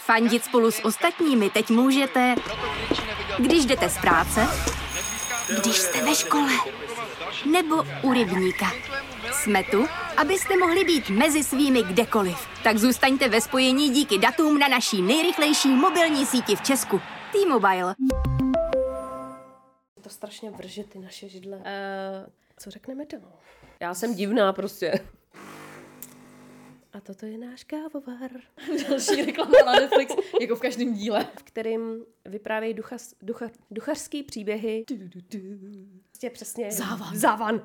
Fandit spolu s ostatními teď můžete, když jdete z práce, když jste ve škole, nebo u rybníka. Jsme tu, abyste mohli být mezi svými kdekoliv. Tak zůstaňte ve spojení díky datům na naší nejrychlejší mobilní síti v Česku. T-Mobile. To strašně vrže ty naše židle. Co řekneme dál? Já jsem divná prostě. A toto je náš kávovar. Další reklama na Netflix, jako v každém díle. V kterým vyprávějí duchařský příběhy. Přesně. Závan.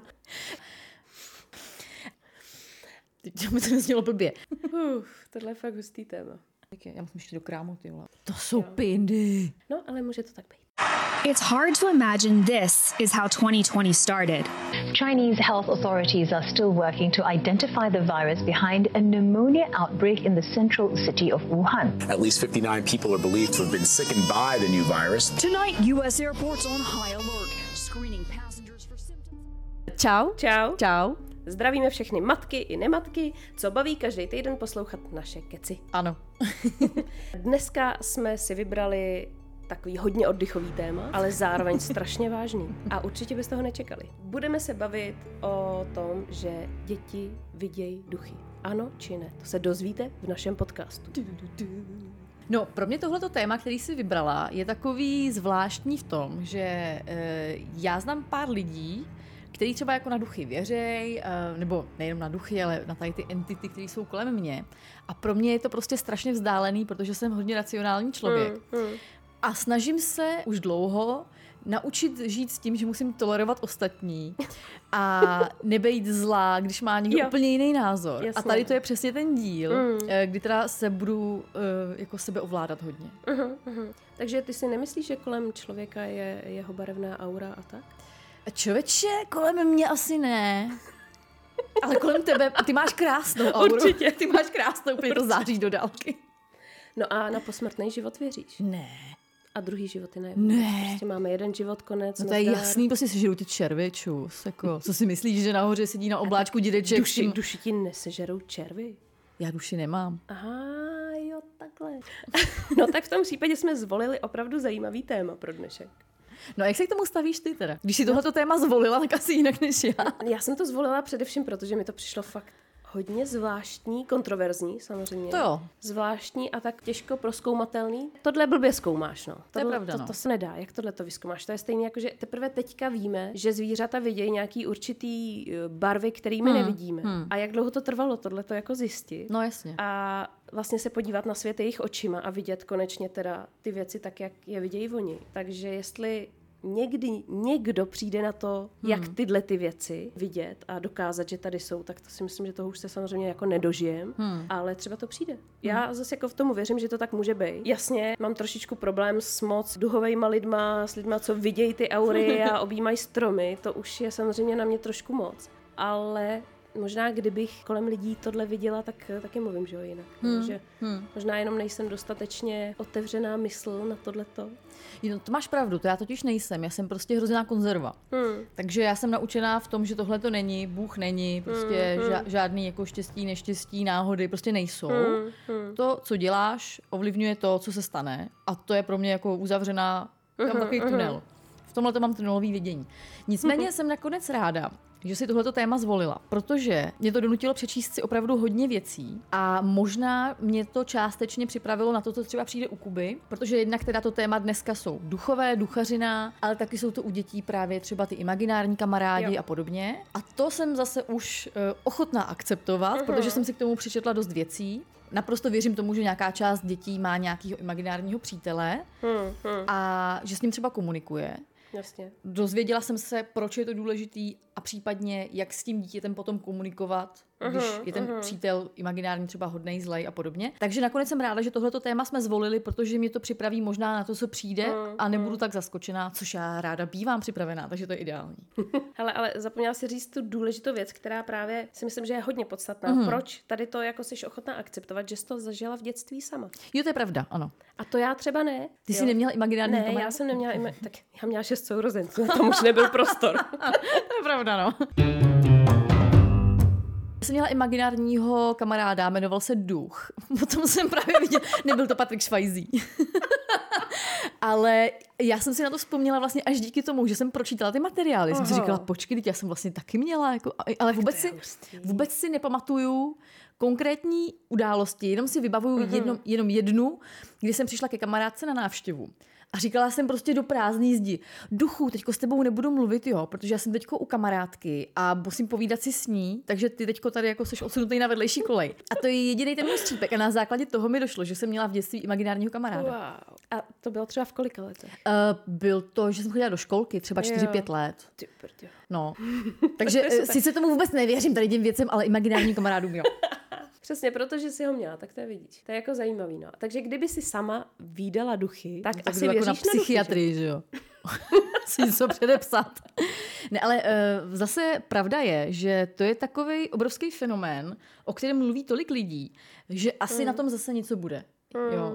Teď mi to neznělo blbě. Tohle je fakt hustý téma. Já musím ještě do krámu, ty vole. To jsou pindy. No, ale může to tak být. It's hard to imagine this is how 2020 started. Chinese health authorities are still working to identify the virus behind a pneumonia outbreak in the central city of Wuhan. At least 59 people are believed to have been sickened by the new virus. Tonight, U.S. airports on high alert, screening passengers for symptoms. Čau. Čau. Čau. Zdravíme všechny matky i nematky, co baví každý týden poslouchat naše keci. Ano. Dneska jsme si vybrali takový hodně oddychový téma, ale zároveň strašně vážný. A určitě byste ho nečekali. Budeme se bavit o tom, že děti vidějí duchy. Ano či ne? To se dozvíte v našem podcastu. No, pro mě tohleto téma, který jsi vybrala, je takový zvláštní v tom, že já znám pár lidí, který třeba jako na duchy věřej, nebo nejenom na duchy, ale na tady ty entity, které jsou kolem mě. A pro mě je to prostě strašně vzdálený, protože jsem hodně racionální člověk. A snažím se už dlouho naučit žít s tím, že musím tolerovat ostatní a nebejt zlá, když má někdo úplně jiný názor. Jasně. A tady to je přesně ten díl, kdy teda se budu jako sebe ovládat hodně. Takže ty si nemyslíš, že kolem člověka je jeho barevná aura a tak? Člověče, kolem mě asi ne. Ale kolem tebe, ty máš krásnou auru. Určitě. Ty máš krásnou, úplně to září do dálky. No a na posmrtný život věříš? Ne. A druhý životy ne? Ne. Prostě máme jeden život, konec, No to je jasný, prostě sežerou ty červy, čus. Jako, co si myslíš, že nahoře sedí na obláčku dědeček? Duši ti nesežerou červy? Já duši nemám. Aha, jo, takhle. No tak v tom případě jsme zvolili opravdu zajímavý téma pro dnešek. No a jak se k tomu stavíš ty teda? Když jsi tohleto téma zvolila, tak asi jinak než já. Já jsem to zvolila především, protože mi to přišlo fakt hodně zvláštní, kontroverzní samozřejmě. To jo. Zvláštní a tak těžko prozkoumatelný. Tohle blbě zkoumáš, no. To je pravda, no. To se nedá, jak tohle to vyzkoumáš. To je stejné jako, že teprve teďka víme, že zvířata vidějí nějaký určitý barvy, který my nevidíme. A jak dlouho to trvalo tohleto jako zjistit. No jasně. A vlastně se podívat na svět jejich očima a vidět konečně teda ty věci tak, jak je vidějí oni. Takže jestli někdy někdo přijde na to, jak tyhle ty věci vidět a dokázat, že tady jsou, tak to si myslím, že toho už se samozřejmě jako nedožijem, ale třeba to přijde. Já zase jako v tomu věřím, že to tak může být. Jasně, mám trošičku problém s moc duhovejma lidma, s lidma, co vidějí ty aury a objímají stromy, to už je samozřejmě na mě trošku moc, ale možná kdybych kolem lidí tohle viděla, tak taky mluvím, že jo, jinak. Takže možná jenom nejsem dostatečně otevřená mysl na tohleto. No, to máš pravdu, to já totiž nejsem, já jsem prostě hrozná konzerva. Takže já jsem naučená v tom, že tohle to není, Bůh není, prostě žádný jako štěstí, neštěstí, náhody prostě nejsou. To, co děláš, ovlivňuje to, co se stane a to je pro mě jako uzavřená tam takový tunel. V tomhle to mám tunelový vidění. Nicméně jsem nakonec ráda, že si tohleto téma zvolila, protože mě to donutilo přečíst si opravdu hodně věcí a možná mě to částečně připravilo na to, co třeba přijde u Kuby, protože jednak teda to téma dneska jsou duchové, duchařina, ale taky jsou to u dětí právě třeba ty imaginární kamarádi a podobně. A to jsem zase už ochotná akceptovat, protože jsem si k tomu přečetla dost věcí. Naprosto věřím tomu, že nějaká část dětí má nějakého imaginárního přítele a že s ním třeba komunikuje. Jasně. Dozvěděla jsem se, proč je to důležitý a případně, jak s tím dítětem potom komunikovat, když je ten přítel imaginární třeba hodnej, zlej a podobně. Takže nakonec jsem ráda, že tohleto téma jsme zvolili, protože mě to připraví možná na to, co přijde a nebudu tak zaskočená, což já ráda bývám připravená, takže to je ideální. Hele, ale zapomněla si říct tu důležitou věc, která právě si myslím, že je hodně podstatná. Proč tady to jako jsi ochotná akceptovat, že jsi to zažila v dětství sama? Jo, to je pravda, ano. A to já třeba ne. Ty jsi neměla imaginární kamarád? Ne, já jsem neměla tak já měla 6 sourozenců, na tom už nebyl prostor. To je pravda, no. Jsem měla imaginárního kamaráda, jmenoval se Duch. Potom jsem právě viděla, nebyl to Patrick Swayze. Ale já jsem si na to vzpomněla vlastně až díky tomu, že jsem pročítala ty materiály. Jsem si říkala, počkej, teď já jsem vlastně taky měla, jako, ale vůbec si nepamatuju konkrétní události, jenom si vybavuju jenom jednu, kdy jsem přišla ke kamarádce na návštěvu. A říkala jsem prostě do prázdný zdi, Duchu, teďko s tebou nebudu mluvit, jo, protože já jsem teďko u kamarádky a musím povídat si s ní, takže ty teďko tady jako seš odsunutý na vedlejší kolej. A to je jediný ten můj střípek a na základě toho mi došlo, že jsem měla v dětství imaginárního kamaráda. Wow. A to bylo třeba v kolika letech? Byl to, že jsem chodila do školky, třeba 4-5 let. Ty prdě. No. Takže sice tomu vůbec nevěřím tady těm věcem, ale imaginárním kamarádům, jo. Přesně, protože si ho měla, tak to je vidíš. To je jako zajímavý, no. Takže kdyby si sama vídala duchy, tak asi jako věříš na psychiatrii, duchy, že jo? Si něco předepsat. Ne, ale zase pravda je, že to je takovej obrovský fenomén, o kterém mluví tolik lidí, že asi na tom zase něco bude. Jo.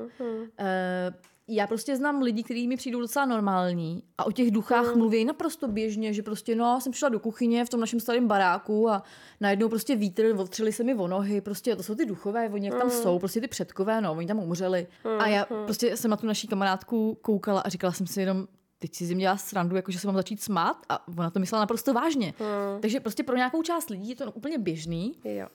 Já prostě znám lidi, kteří mi přijdou docela normální a o těch duchách mluví naprosto běžně, že prostě jsem přišla do kuchyně v tom našem starém baráku a najednou prostě vítr, otřeli se mi o nohy, prostě to jsou ty duchové, oni jak tam jsou, prostě ty předkové, oni tam umřeli. A já prostě jsem na tu naší kamarádku koukala a říkala jsem si jenom, teď si zim dělá srandu, jakože se mám začít smát a ona to myslela naprosto vážně. Takže prostě pro nějakou část lidí je to úplně běžný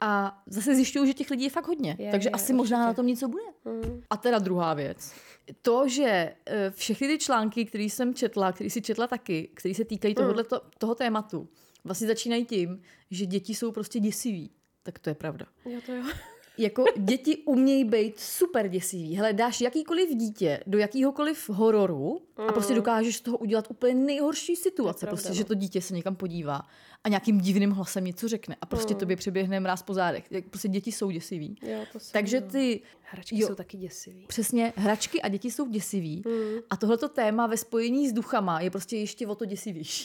a zase zjišťuju, že těch lidí je fakt hodně. Takže asi možná na tom něco bude. A teda druhá věc. To, že všechny ty články, které jsem četla, které si četla taky, které se týkají toho tématu, vlastně začínají tím, že děti jsou prostě děsivý. Tak to je pravda. Jo, to jo. Jako děti umějí být super děsivý. Hele, dáš jakýkoliv dítě do jakýhokoliv hororu a prostě dokážeš z toho udělat úplně nejhorší situace. Pravda, prostě, že to dítě se někam podívá a nějakým divným hlasem něco řekne a prostě tobě přeběhne mráz po zádech. Prostě děti jsou děsivý. Jo, to jsou, takže ty... Hračky jsou taky děsivý. Přesně, hračky a děti jsou děsivý. A tohleto téma ve spojení s duchama je prostě ještě o to děsivější.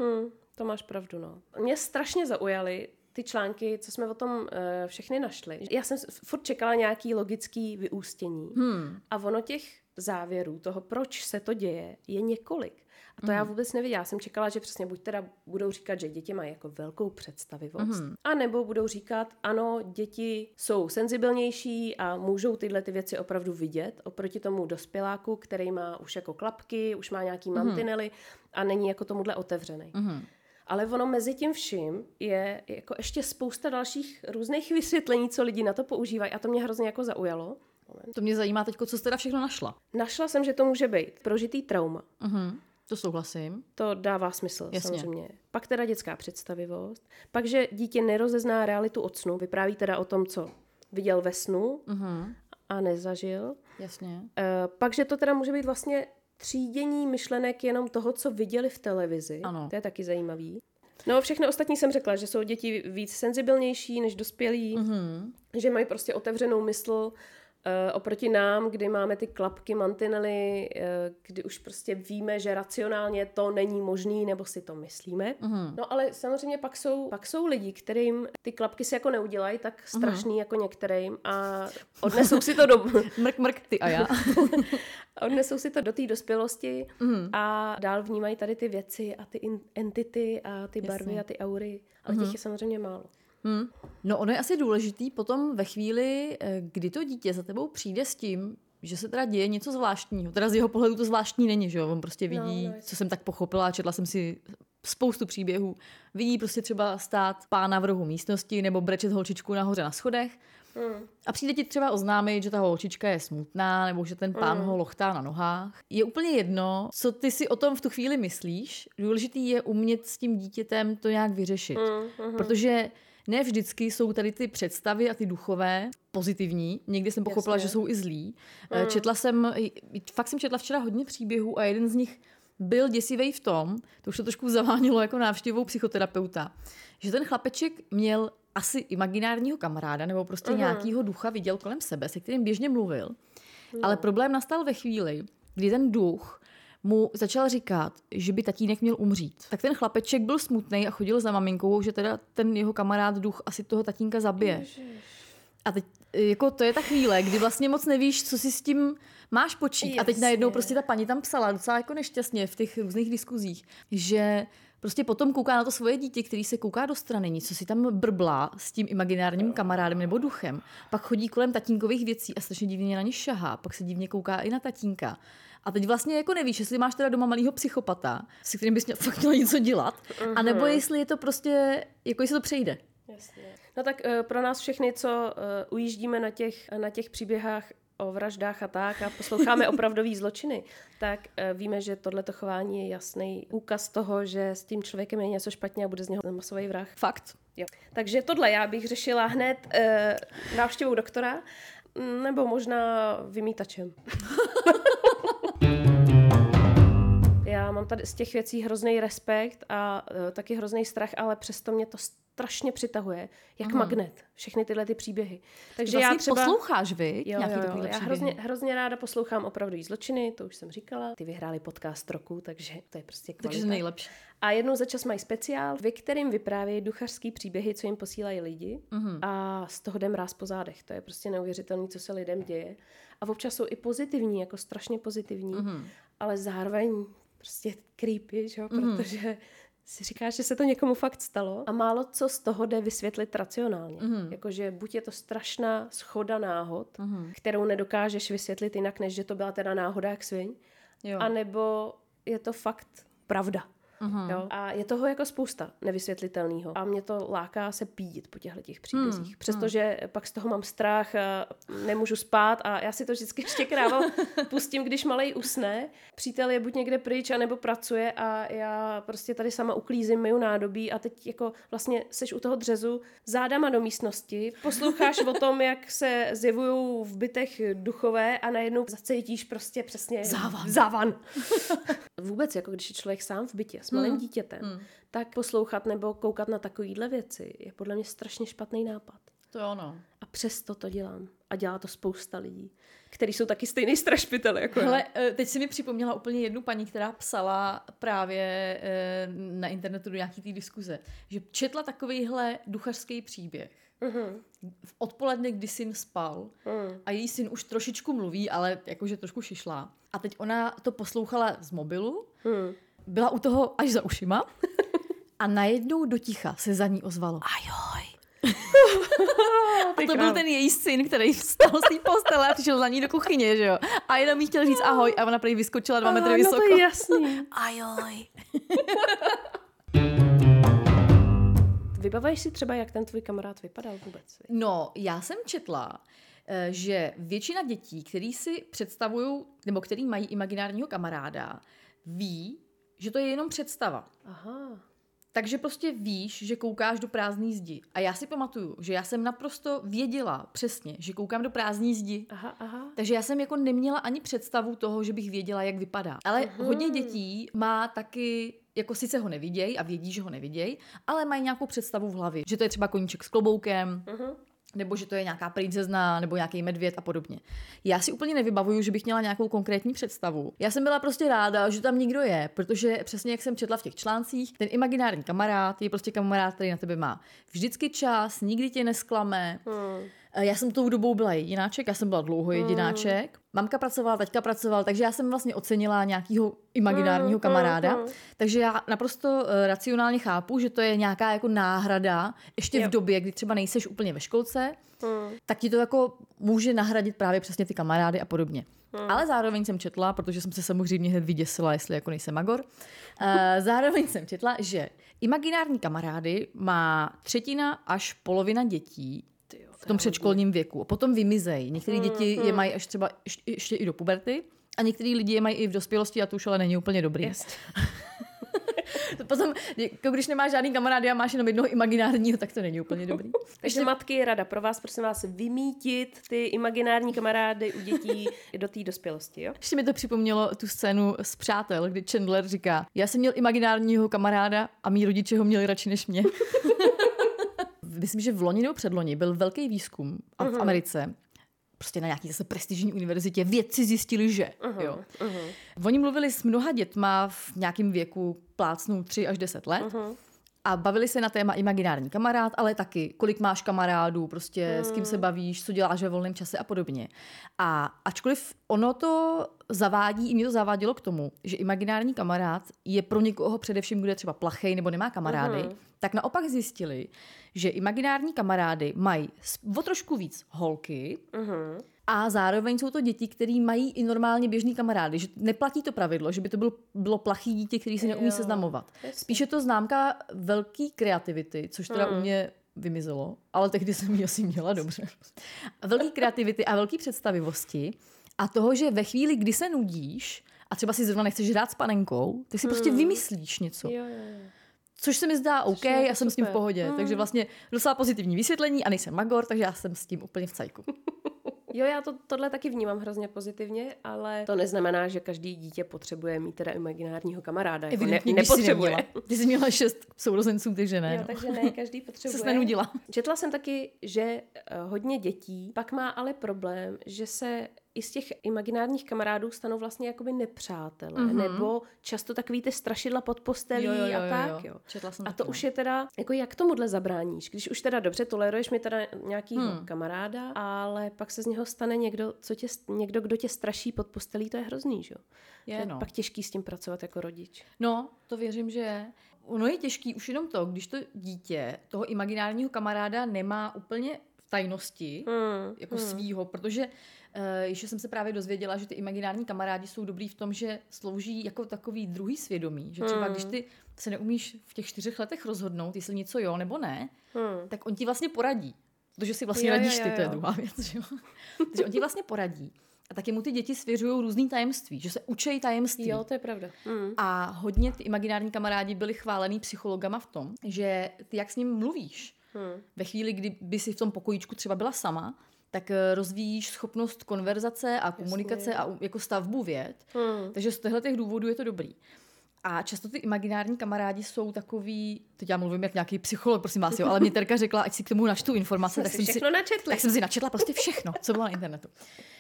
To máš pravdu, no. Mě strašně zaujaly ty články, co jsme o tom všechny našli. Já jsem furt čekala nějaký logický vyústění. A ono těch závěrů toho, proč se to děje, je několik. A to já vůbec nevěděla. Já jsem čekala, že přesně buď teda budou říkat, že děti mají jako velkou představivost, a nebo budou říkat, ano, děti jsou senzibilnější a můžou tyhle ty věci opravdu vidět oproti tomu dospěláku, který má už jako klapky, už má nějaký mantinely a není jako tomuhle otevřený. Ale ono mezi tím vším je jako ještě spousta dalších různých vysvětlení, co lidi na to používají a to mě hrozně jako zaujalo. To mě zajímá teďko, co jsi teda všechno našla. Našla jsem, že to může být prožitý trauma. To souhlasím. To dává smysl, jasně. Samozřejmě. Pak teda dětská představivost. Pak, že dítě nerozezná realitu od snu. Vypráví teda o tom, co viděl ve snu a nezažil. Jasně. Pak, že to teda může být vlastně třídění myšlenek jenom toho, co viděli v televizi. Ano. To je taky zajímavý. No všechny ostatní jsem řekla, že jsou děti víc senzibilnější než dospělí, že mají prostě otevřenou mysl oproti nám, kdy máme ty klapky, mantinely, kdy už prostě víme, že racionálně to není možný, nebo si to myslíme. No ale samozřejmě pak jsou lidi, kterým ty klapky si jako neudělají tak strašný jako některým a odnesou si to do... Mrk, ty a já. Odnesou si to do té dospělosti a dál vnímají tady ty věci a ty entity a ty barvy a ty aury. Ale těch je samozřejmě málo. No ono je asi důležitý potom ve chvíli, kdy to dítě za tebou přijde s tím, že se teda děje něco zvláštního. Teda z jeho pohledu to zvláštní není, že jo? On prostě vidí, co jsem tak pochopila, četla jsem si spoustu příběhů, vidí prostě třeba stát pána v rohu místnosti nebo brečet holčičku nahoře na schodech a přijde ti třeba oznámit, že ta holčička je smutná nebo že ten pán ho lochtá na nohách. Je úplně jedno, co ty si o tom v tu chvíli myslíš. Důležitý je umět s tím dítětem to nějak vyřešit. Protože ne vždycky jsou tady ty představy a ty duchové pozitivní. Někdy jsem pochopila, že jsou i zlí. Fakt jsem četla včera hodně příběhů a jeden z nich byl děsivý v tom, to už to trošku zavánilo jako návštěvou psychoterapeuta, že ten chlapeček měl asi imaginárního kamaráda nebo prostě nějakýho ducha viděl kolem sebe, se kterým běžně mluvil. Ale problém nastal ve chvíli, kdy ten duch mu začal říkat, že by tatínek měl umřít. Tak ten chlapeček byl smutný a chodil za maminkou, že teda ten jeho kamarád duch asi toho tatínka zabije. Ježiš. A teď jako to je ta chvíle, kdy vlastně moc nevíš, co si s tím máš počít. Jasně. A teď najednou prostě ta paní tam psala docela jako nešťastně v těch různých diskuzích, že prostě potom kouká na to svoje dítě, který se kouká do strany, něco si tam brblá s tím imaginárním kamarádem nebo duchem. Pak chodí kolem tatínkových věcí a strašně divně na ně šahá, pak se divně kouká i na tatínka. A teď vlastně jako nevíš, jestli máš teda doma malýho psychopata, se kterým bys fakt měl něco dělat, anebo jestli je to prostě, jako jestli to přejde. Jasně. No tak pro nás všechny, co ujíždíme na těch příběhách o vraždách a tak a posloucháme opravdový zločiny, tak víme, že tohleto chování je jasný úkaz toho, že s tím člověkem je něco špatně a bude z něho masový vrah. Fakt. Jo. Takže tohle já bych řešila hned návštěvou doktora, nebo možná vymítačem. Já mám tady z těch věcí hrozný respekt a taky hrozný strach, ale přesto mě to strašně přitahuje, jak magnet, všechny tyhle ty příběhy. Takže vlastně já třeba posloucháš, vy? Jo, já hrozně ráda poslouchám opravdový zločiny, to už jsem říkala. Ty vyhráli podcast roku, takže to je prostě kvalita. Takže nejlepší. A jednou za čas mají speciál, ve kterým vyprávějí duchařský příběhy, co jim posílají lidi a z toho jde mráz po zádech. To je prostě neuvěřitelné, co se lidem děje. A občas jsou i pozitivní, jako strašně pozitivní, ale zároveň prostě creepy, že? Protože si říkáš, že se to někomu fakt stalo a málo co z toho jde vysvětlit racionálně. Jakože buď je to strašná shoda náhod, kterou nedokážeš vysvětlit jinak, než že to byla teda náhoda jak sviň, anebo je to fakt pravda. Jo? A je toho jako spousta nevysvětlitelného. A mě to láká se pídit po těchto příbězích. Přestože pak z toho mám strach, a nemůžu spát a já si to vždycky ještě krával pustím, když malej usne. Přítel je buď někde pryč, anebo pracuje a já prostě tady sama uklízím, myju nádobí a teď jako vlastně seš u toho dřezu zádama do místnosti, posloucháš o tom, jak se zjevují v bytech duchové a najednou zacítíš prostě přesně závan. Vůbec, jako když je člověk sám v bytě s malým dítětem, tak poslouchat nebo koukat na takovýhle věci je podle mě strašně špatný nápad. To je ono. A přesto to dělám. A dělá to spousta lidí, kteří jsou taky stejný strašpiteli jako Hele, teď si mi připomněla úplně jednu paní, která psala právě na internetu do nějaký té diskuze, že četla takovejhle duchařský příběh. V odpoledne, kdy syn spal a její syn už trošičku mluví, ale jakože trošku šišlá. A teď ona to poslouchala z mobilu, byla u toho až za ušima a najednou do ticha se za ní ozvalo ajoj. A to byl ten její syn, který vstal z té postele a přišel za ní do kuchyně, že jo. A jenom jí chtěl říct ahoj a ona prý vyskočila 2 metry vysoko. No to je jasný. Ajoj. Vybavuješ si třeba, jak ten tvůj kamarád vypadal vůbec? No, já jsem četla, že většina dětí, který si představují, nebo který mají imaginárního kamaráda, ví, že to je jenom představa. Aha. Takže prostě víš, že koukáš do prázdné zdi. A já si pamatuju, že já jsem naprosto věděla přesně, že koukám do prázdné zdi. Aha. Takže já jsem jako neměla ani představu toho, že bych věděla, jak vypadá. Ale hodně dětí má taky, jako sice ho nevidějí a vědí, že ho nevidějí, ale mají nějakou představu v hlavě. Že to je třeba koníček s kloboukem, nebo že to je nějaká princezna, nebo nějaký medvěd a podobně. Já si úplně nevybavuju, že bych měla nějakou konkrétní představu. Já jsem byla prostě ráda, že tam někdo je, protože přesně jak jsem četla v těch článcích, ten imaginární kamarád je prostě kamarád, který na tebe má vždycky čas, nikdy tě nesklame. Já jsem tou dobou byla jedináček, já jsem byla dlouho jedináček. Mamka pracovala, taťka pracoval, takže já jsem vlastně ocenila nějakého imaginárního kamaráda. Takže já naprosto racionálně chápu, že to je nějaká jako náhrada, ještě v době, kdy třeba nejseš úplně ve školce, tak ti to jako může nahradit právě přesně ty kamarády a podobně. Ale zároveň jsem četla, protože jsem se samozřejmě hned vyděsila, jestli jako nejsem magor, zároveň jsem četla, že imaginární kamarády má 1/3 až polovina dětí v tom předškolním věku. Potom vymizejí. Některé děti je mají až třeba ještě i do puberty a některý lidi je mají i v dospělosti a to už ale není úplně dobrý. Yes. Potom, jako když nemáš žádný kamarády a máš jenom jednoho imaginárního, tak to není úplně dobrý. Takže matky je rada pro vás, prosím vás, vymítit ty imaginární kamarády u dětí do té dospělosti, jo? Ještě mi to připomnělo tu scénu z Přátel, kdy Chandler říká, já jsem měl imaginárního kamaráda a mý rodiče ho měli radši než mě. Myslím, že v loni nebo předloni byl velký výzkum v Americe, prostě na nějaký zase prestižní univerzitě, vědci zjistili, že. Jo. Oni mluvili s mnoha dětma v nějakém věku plácnou 3 až 10 let a bavili se na téma imaginární kamarád, ale taky, kolik máš kamarádů, prostě s kým se bavíš, co děláš ve volném čase a podobně. A ačkoliv ono to zavádí, i mě to zavádělo k tomu, že imaginární kamarád je pro někoho především, kdo je třeba plachej nebo nemá kamarády, tak naopak zjistili, že imaginární kamarády mají o trošku víc holky, a zároveň jsou to děti, které mají i normálně běžný kamarády. Že neplatí to pravidlo, že by to bylo plachý dítě, který si neumí seznamovat. Spíš je to známka velký kreativity, což teda u mě vymizelo, ale tehdy jsem ji asi měla dobře. Velký kreativity a velký představivosti a toho, že ve chvíli, kdy se nudíš a třeba si zrovna nechceš hrát s panenkou, tak si prostě vymyslíš něco. Což se mi zdá OK a jsem s tím v pohodě. Takže vlastně docela pozitivní vysvětlení a nejsem magor, takže já jsem s tím úplně v cajku. Jo, já tohle taky vnímám hrozně pozitivně, ale to neznamená, že každý dítě potřebuje mít teda imaginárního kamaráda. Jako nepotřebuje. Ty jsi měla 6 sourozenců, takže ne. Jo, takže ne, každý potřebuje. Jsi nenudila. Četla jsem taky, že hodně dětí pak má ale problém, že se i z těch imaginárních kamarádů stanou vlastně jakoby nepřátelé, nebo často takový ty strašidla pod postelí a tak. Jo. A to už je teda, jako jak tomuhle zabráníš? Když už teda dobře toleruješ mi teda nějakýho kamaráda, ale pak se z něho stane někdo, kdo tě straší pod postelí, to je hrozný, že jo? Je pak těžký s tím pracovat jako rodič. No, to věřím, že je. Ono je těžký už jenom to, když to dítě toho imaginárního kamaráda nemá úplně v tajnosti jako svýho, protože ještě jsem se právě dozvěděla, že ty imaginární kamarádi jsou dobrý v tom, že slouží jako takový druhý svědomí, že třeba když ty se neumíš v těch 4 letech rozhodnout, jestli něco jo nebo ne, tak on ti vlastně poradí, protože si vlastně radíš ty, to je druhá věc, že jo? Takže on ti vlastně poradí. A taky mu ty děti svěřují různý tajemství, že se učí tajemství. Jo, to je pravda. A hodně ty imaginární kamarádi byli chválený psychologama v tom, že ty jak s ním mluvíš. Ve chvíli, kdy si v tom pokojíčku třeba byla sama, tak rozvíjíš schopnost konverzace a komunikace a jako stavbu vět. Takže z těchto důvodů je to dobrý. A často ty imaginární kamarádi jsou takový, teď já mluvím jak nějaký psycholog, prosím vás, jo, ale mě Terka řekla, ať si k tomu načtu informace, tak jsem si načetla prostě všechno, co bylo na internetu.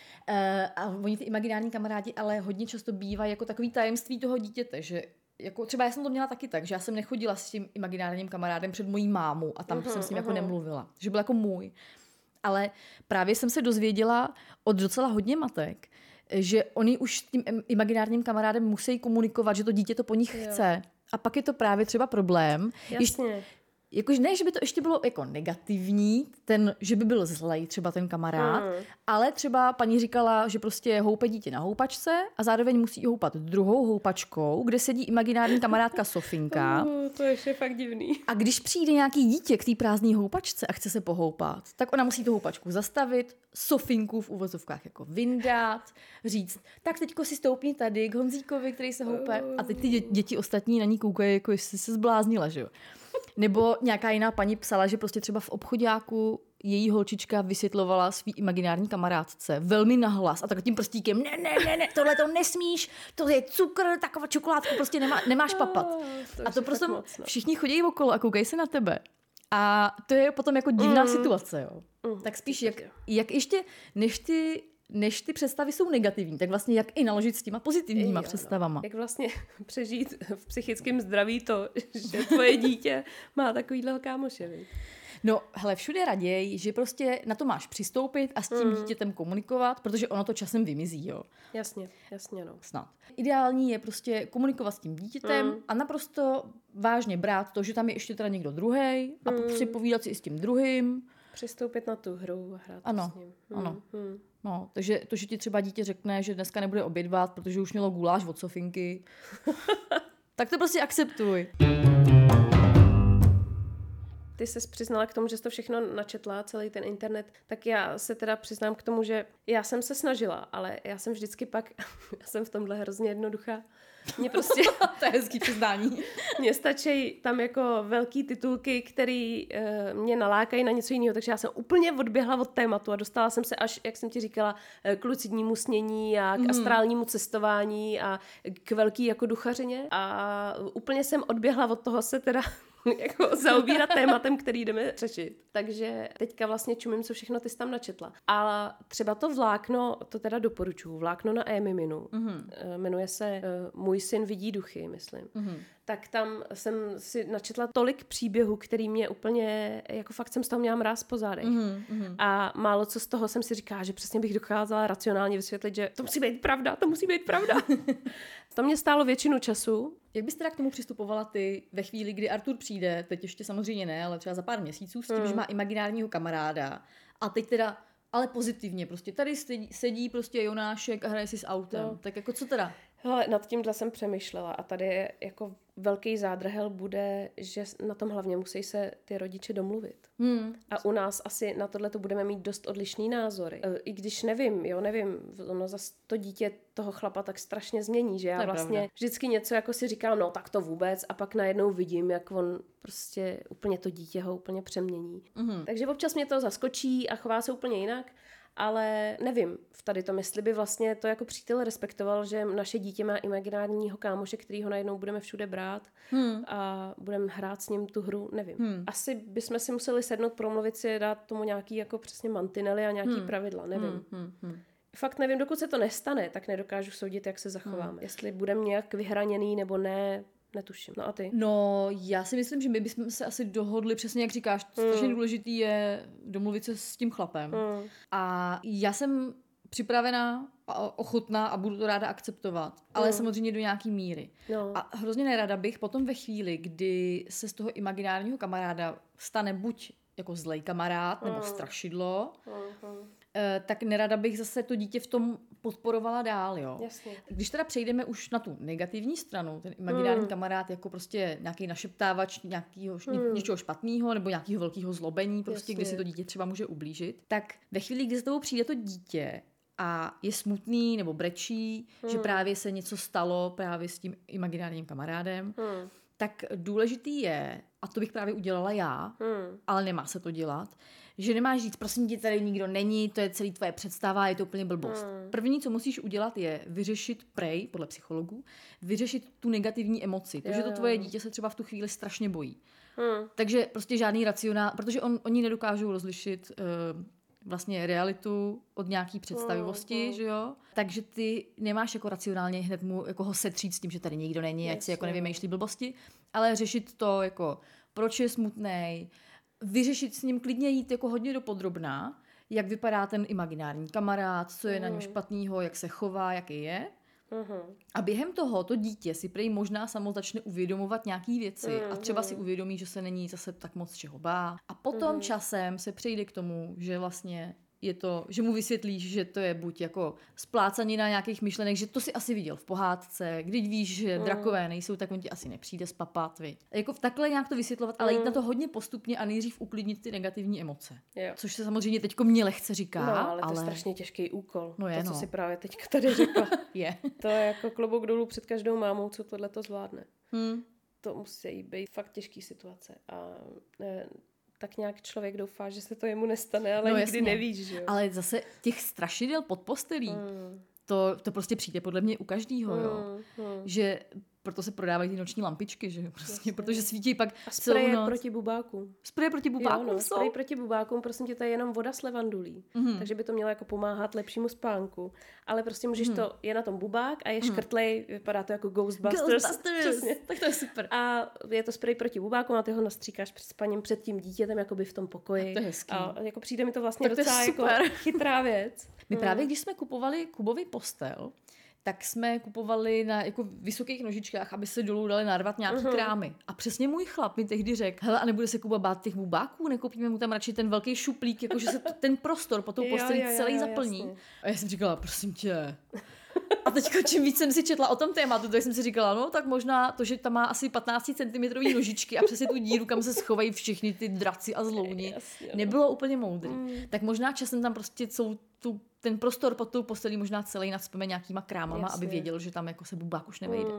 A oni ty imaginární kamarádi ale hodně často bývají jako takový tajemství toho dítěte, že jako třeba já jsem to měla taky tak, že já jsem nechodila s tím imaginárním kamarádem před mojí mámou a tam jsem s ním jako nemluvila, že byl jako můj. Ale právě jsem se dozvěděla od docela hodně matek, že oni už s tím imaginárním kamarádem musí komunikovat, že to dítě to po nich chce. A pak je to právě třeba problém. Jasně. Jakože ne, že by to ještě bylo jako negativní, že by byl zlej třeba ten kamarád, ale třeba paní říkala, že prostě houpe dítě na houpačce a zároveň musí houpat druhou houpačkou, kde sedí imaginární kamarádka Sofinka. To je fakt divný. A když přijde nějaký dítě k té prázdné houpačce a chce se pohoupat, tak ona musí tu houpačku zastavit, Sofinku v uvozovkách jako vyndat, říct, tak teďko si stoupni tady k Honzíkovi, který se houpe. A teď ty děti ostatní na ní koukají, jako jestli se zbláznila, že jo. Nebo nějaká jiná paní psala, že prostě třeba v obchoďáku její holčička vysvětlovala svý imaginární kamarádce velmi nahlas a tak tím prstíkem, ne, tohle to nesmíš, to je cukr, taková čokoládku prostě nemáš papat. A to prostě všichni chodí okolo a koukají se na tebe. A to je potom jako divná situace, jo. Tak spíš, jak ještě, než ty představy jsou negativní, tak vlastně jak i naložit s těma pozitivníma představama. Jak vlastně přežít v psychickém zdraví to, že tvoje dítě má takovýhle kámoše, viď? No, hele, všude raději, že prostě na to máš přistoupit a s tím dítětem komunikovat, protože ono to časem vymizí, jo. Jasně, no. Snad. Ideální je prostě komunikovat s tím dítětem a naprosto vážně brát to, že tam je ještě teda někdo druhej a připovídat si i s tím druhým. Přistoupit na tu hru a hrát s ním. Ano. No, takže to, že ti třeba dítě řekne, že dneska nebude obědvat, protože už mělo guláš od Sofinky, tak to prostě akceptuj. Ty ses přiznala k tomu, že jsi to všechno načetla, celý ten internet, tak já se teda přiznám k tomu, že já jsem se snažila, ale já jsem vždycky pak, já jsem v tomhle hrozně jednoduchá. Mě prostě... To je hezký přiznání. Mně stačí tam jako velký titulky, který mě nalákají na něco jiného, takže já jsem úplně odběhla od tématu a dostala jsem se až, jak jsem ti říkala, k lucidnímu snění a k astrálnímu cestování a k velký jako duchařině a úplně jsem odběhla od toho se teda jako zaobírat tématem, který jdeme řešit. Takže teďka vlastně čumím, co všechno ty jsi tam načetla. A třeba to vlákno, to teda doporučuju, vlákno na e-miminu. Jmenuje se Můj syn vidí duchy, myslím. tak tam jsem si načetla tolik příběhů, který mě úplně, jako fakt jsem z toho měla mráz po zádech. A málo co z toho jsem si říkala, že přesně bych dokázala racionálně vysvětlit, že to musí být pravda, to musí být pravda. To mě stálo většinu času. Jak bys teda k tomu přistupovala ty ve chvíli, kdy Artur přijde, teď ještě samozřejmě ne, ale třeba za pár měsíců, s tím, že má imaginárního kamaráda a teď teda, ale pozitivně, prostě tady sedí prostě Jonášek a hraje si s autem. No. Tak jako co teda? Hele, nad tímhle jsem přemýšlela a tady je jako velký zádrhel bude, že na tom hlavně musí se ty rodiče domluvit. A u nás asi na tohle to budeme mít dost odlišný názory. I když nevím, ono zase to dítě toho chlapa tak strašně změní, že já vlastně vždycky něco jako si říkám, no tak to vůbec a pak najednou vidím, jak on prostě úplně to dítě ho úplně přemění. Takže občas mě to zaskočí a chová se úplně jinak. Ale nevím, v tady tom, jestli by vlastně to jako přítel respektoval, že naše dítě má imaginárního kámoše, kterýho najednou budeme všude brát a budeme hrát s ním tu hru, nevím. Asi bychom si museli sednout, promluvit si, dát tomu nějaký jako přesně mantinely a nějaký pravidla, nevím. Fakt nevím, dokud se to nestane, tak nedokážu soudit, jak se zachováme. Jestli budeme nějak vyhraněný nebo ne, netuším. No a ty? No, já si myslím, že my bychom se asi dohodli, přesně jak říkáš, strašně důležitý je domluvit se s tím chlapem. A já jsem připravená a ochotná a budu to ráda akceptovat, ale samozřejmě do nějaký míry. No. A hrozně nerada bych potom ve chvíli, kdy se z toho imaginárního kamaráda stane buď jako zlej kamarád nebo strašidlo, tak nerada bych zase to dítě v tom podporovala dál, jo. Jasně. Když teda přejdeme už na tu negativní stranu, ten imaginární kamarád jako prostě nějaký našeptávač něčeho špatného nebo nějakého velkého zlobení, prostě, kdy si to dítě třeba může ublížit, tak ve chvíli, kdy z toho přijde to dítě a je smutný nebo brečí, že právě se něco stalo právě s tím imaginárním kamarádem, tak důležitý je, a to bych právě udělala já, ale nemá se to dělat, že nemáš říct, prosím tě, tady nikdo není, to je celý tvoje představa, je to úplně blbost. První, co musíš udělat, je vyřešit podle psychologů, vyřešit tu negativní emoci, to, že to tvoje dítě se třeba v tu chvíli strašně bojí. Takže prostě žádný racionál, protože oni nedokážou rozlišit vlastně realitu od nějaký představivosti, že jo? Takže ty nemáš jako racionálně hned mu jako ho setřít s tím, že tady nikdo není, ať si jako nevymýšlí blbosti, ale řešit to jako, proč je smutnej, vyřešit s ním, klidně jít jako hodně dopodrobná, jak vypadá ten imaginární kamarád, co je na něm špatného, jak se chová, jaký je. A během toho to dítě si prej možná samo začne uvědomovat nějaký věci a třeba si uvědomí, že se není zase tak moc čeho bát. A potom časem se přejde k tomu, že vlastně je to, že mu vysvětlíš, že to je buď jako splácanina nějakých myšlenek, že to si asi viděl v pohádce, když víš, že drakové nejsou, tak on ti asi nepřijde spapat, viď. Jako takhle nějak to vysvětlovat, ale jít na to hodně postupně a nejdřív uklidnit ty negativní emoce. Jo. Což se samozřejmě teďko mě lehce říká, no, ale to je strašně těžký úkol. No je, to, co si právě teďka tady řekla. Je. To je jako klobouk dolů před každou mámou, co tohle to zvládne. To musí být fakt těžký situace. A tak nějak člověk doufá, že se to jemu nestane, ale nikdy jasně. Nevíš, že jo. Ale zase těch strašidel pod postelí, to prostě přijde podle mě u každýho, jo. Že proto se prodávají ty noční lampičky, že jo, prostě, protože svítí pak celou noc. Proti bubákům. Spreje proti bubákům jsou? Sprej proti bubákům, prosím tě, to je jenom voda s levandulí. Takže by to mělo jako pomáhat lepšímu spánku. Ale prostě můžeš to, je na tom bubák a je škrtlej, vypadá to jako Ghostbusters. Přesně. Tak to je super. A je to sprej proti bubákům a ty ho nastříkáš před spaním před tím dítětem jakoby v tom pokoji. To je hezký. A jako přijde mi to vlastně docela jako chytrá věc. My právě, když jsme kupovali Kubovi postel, tak jsme kupovali na jako vysokých nožičkách, aby se dolů dali narvat nějaký krámy. A přesně můj chlap mi tehdy řekl, hele, a nebude se Kuba bát těch bubáků, nekoupíme mu tam radši ten velký šuplík, jakože se ten prostor po tou postelí celý zaplní. Jasně. A já jsem říkala, prosím tě. A teďko čím víc jsem si četla o tom tématu, tak jsem si říkala, no tak možná to, že tam má asi 15 cm nožičky a přesně tu díru, kam se schovají všichni ty draci a zlouni, nebylo úplně moudrý. Tak možná časem tam prostě ten prostor pod tou postelí možná celý nacpeme nějakýma krámama, aby věděl, že tam jako se bubák už nevejde.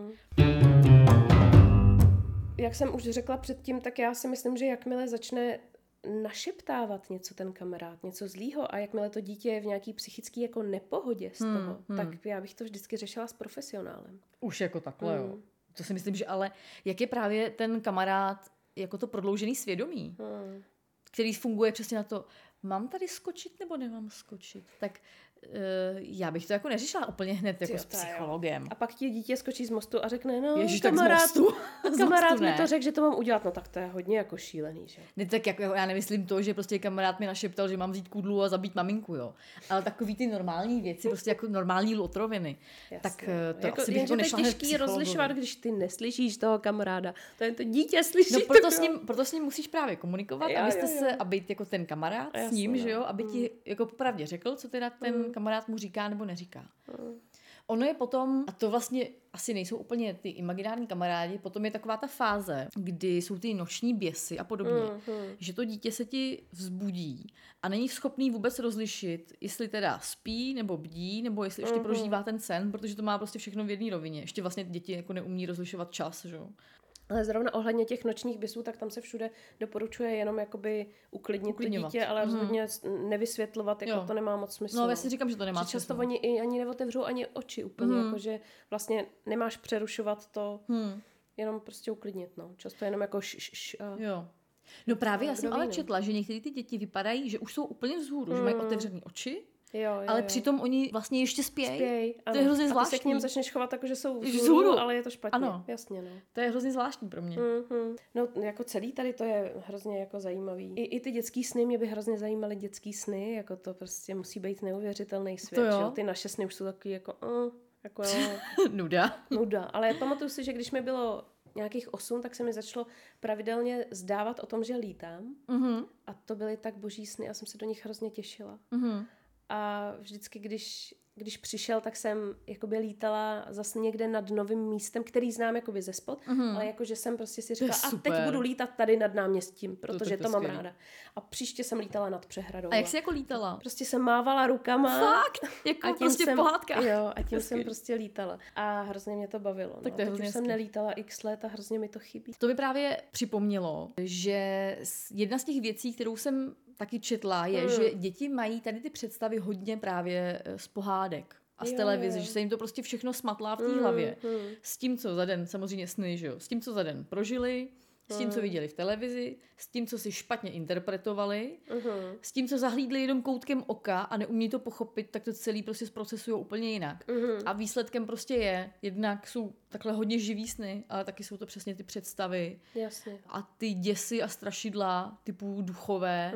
Jak jsem už řekla předtím, tak já si myslím, že jakmile začne našeptávat něco ten kamarád, něco zlýho a jakmile to dítě je v nějaký psychický jako nepohodě z toho, tak já bych to vždycky řešila s profesionálem. Už jako takhle, jo. To si myslím, že ale jak je právě ten kamarád jako to prodloužený svědomí, který funguje přesně na to, mám tady skočit nebo nemám skočit? Tak Já bych to jako neřešila úplně hned jako s psychologem. A pak ti dítě skočí z mostu a řekne, no Ježiš, kamarád mi to řekl, že to mám udělat, no tak to je hodně jako šílený, že? Ne, tak jako já nemyslím to, že prostě kamarád mi našeptal, že mám vzít kudlu a zabít maminku, jo. Ale takový ty normální věci, prostě jako normální lotroviny. Jasně. Tak to jako, asi bych jako nešla hned těžký psychologovi. rozlišovat, když ty neslyšíš toho kamaráda. To je to dítě slyší. No proto s ním musíš právě komunikovat, abyste se, a být jako ten kamarád s ním, že jo, aby ti jako popravdě řekl, co teda ten kamarád mu říká nebo neříká. Ono je potom, a to vlastně asi nejsou úplně ty imaginární kamarádi, potom je taková ta fáze, kdy jsou ty noční běsy a podobně, že to dítě se ti vzbudí a není schopný vůbec rozlišit, jestli teda spí nebo bdí, nebo jestli ještě prožívá ten sen, protože to má prostě všechno v jedné rovině. Ještě vlastně děti jako neumí rozlišovat čas, že jo. Ale zrovna ohledně těch nočních běsů, tak tam se všude doporučuje jenom jakoby uklidnit to dítě, ale rozhodně nevysvětlovat, jako to nemá moc smysl. No, já si říkám, že to nemá smysl. Často oni ani neotevřou ani oči úplně, jakože vlastně nemáš přerušovat to, jenom prostě uklidnit, no. Často jenom jako Jo. No právě já jsem ale četla, že některé ty děti vypadají, že už jsou úplně vzhůru, že mají otevřené oči, ale přitom oni vlastně ještě spějí. To je hrozně zvláštní. A ty se k něm začneš chovat jako, že jsou vzhůru, ale je to špatně. Ano. Jasně, no. To je hrozně zvláštní pro mě. No jako celý tady to je hrozně jako zajímavý. I ty dětský sny, mě by hrozně zajímaly dětský sny, jako to prostě musí být neuvěřitelný svět, že jo? Ty naše sny už jsou takový jako Nuda. Ale pamatuju si, že když mi bylo nějakých 8, tak se mi začalo pravidelně zdávat o tom, že lítám. A to byly tak boží sny, já jsem se do nich hrozně těšila. A vždycky, když přišel, tak jsem jakoby lítala zase někde nad novým místem, který znám jakoby ze spod, ale jakože jsem prostě si říkala, a teď budu lítat tady nad náměstím, protože to mám ráda. A příště jsem lítala nad přehradou. A jak jsi jako lítala? Prostě jsem mávala rukama. Fakt? Jako prostě v pohádkách. Jo, a tím jsem prostě lítala. A hrozně mě to bavilo. Tak to teď už jsem nelítala x let a hrozně mi to chybí. To by právě připomnělo, že jedna z těch věcí, kterou jsem taky četla, je, že děti mají tady ty představy hodně právě z pohádek a z televize, že se jim to prostě všechno smatlá v té hlavě. S tím, co za den, samozřejmě sny, že jo, s tím, co za den prožili, s tím, co viděli v televizi, s tím, co si špatně interpretovali, s tím, co zahlídli jenom koutkem oka a neumí to pochopit, tak to celý prostě zprocesují úplně jinak. A výsledkem prostě je, jednak jsou takhle hodně živý sny, ale taky jsou to přesně ty představy. Jasně. A ty děsy a strašidla typu duchové.